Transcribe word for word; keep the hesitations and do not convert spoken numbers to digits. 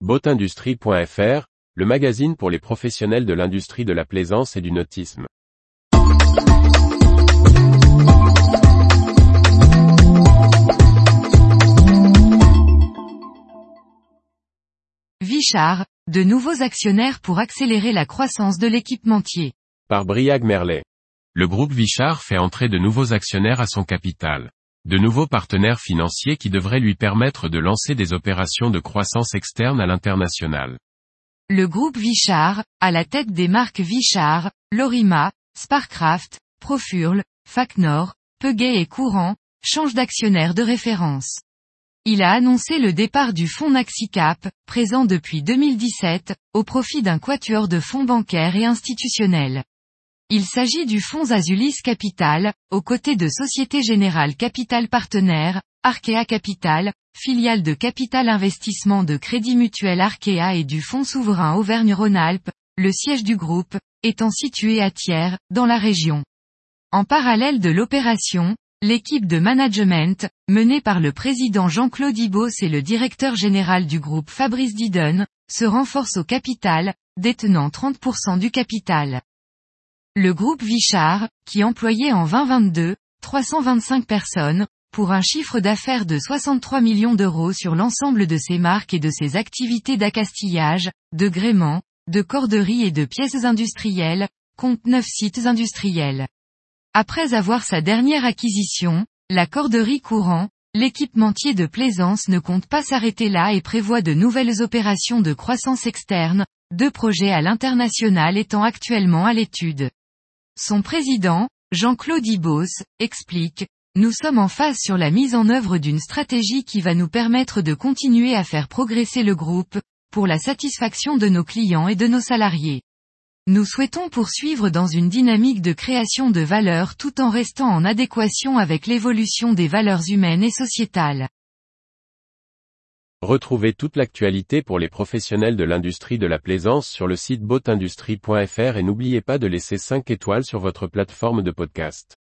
boatindustrie point f r, le magazine pour les professionnels de l'industrie de la plaisance et du nautisme. Vichard, de nouveaux actionnaires pour accélérer la croissance de l'équipementier. Par Briag Merlet. Le groupe Vichard fait entrer de nouveaux actionnaires à son capital. De nouveaux partenaires financiers qui devraient lui permettre de lancer des opérations de croissance externe à l'international. Le groupe Vichard, à la tête des marques Vichard, Lorima, Sparcraft, Profurl, Facnor, Peuguet et Courant, change d'actionnaire de référence. Il a annoncé le départ du fonds Naxicap, présent depuis deux mille dix-sept, au profit d'un quatuor de fonds bancaires et institutionnels. Il s'agit du fonds Azulis Capital, aux côtés de Société Générale Capital Partenaire, Arkea Capital, filiale de Capital Investissement de Crédit Mutuel Arkea et du Fonds Souverain Auvergne-Rhône-Alpes, le siège du groupe, étant situé à Thiers, dans la région. En parallèle de l'opération, l'équipe de management, menée par le président Jean-Claude Ibos et le directeur général du groupe Fabrice Didon, se renforce au capital, détenant trente pour cent du capital. Le groupe Vichard, qui employait en vingt vingt-deux, trois cent vingt-cinq personnes, pour un chiffre d'affaires de soixante-trois millions d'euros sur l'ensemble de ses marques et de ses activités d'accastillage, de gréement, de corderie et de pièces industrielles, compte neuf sites industriels. Après avoir sa dernière acquisition, la corderie Courant, l'équipementier de plaisance ne compte pas s'arrêter là et prévoit de nouvelles opérations de croissance externe, deux projets à l'international étant actuellement à l'étude. Son président, Jean-Claude Ibos, explique: nous sommes en phase sur la mise en œuvre d'une stratégie qui va nous permettre de continuer à faire progresser le groupe, pour la satisfaction de nos clients et de nos salariés. Nous souhaitons poursuivre dans une dynamique de création de valeur tout en restant en adéquation avec l'évolution des valeurs humaines et sociétales. Retrouvez toute l'actualité pour les professionnels de l'industrie de la plaisance sur le site boatindustrie point f r et n'oubliez pas de laisser cinq étoiles sur votre plateforme de podcast.